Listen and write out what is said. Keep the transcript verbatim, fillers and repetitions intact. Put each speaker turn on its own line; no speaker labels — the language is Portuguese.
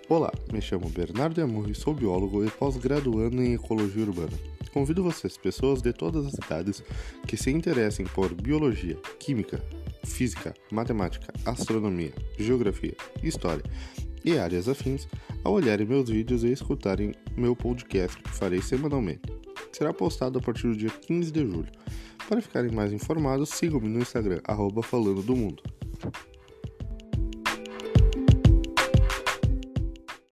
Olá, me chamo Bernardo Amurri, sou biólogo e pós-graduando em Ecologia Urbana. Convido vocês, pessoas de todas as idades, que se interessem por biologia, química, física, matemática, astronomia, geografia, história e áreas afins, a olharem meus vídeos e escutarem meu podcast que farei semanalmente. Será postado a partir do dia quinze de julho. Para ficarem mais informados, sigam-me no Instagram, arroba falando do mundo.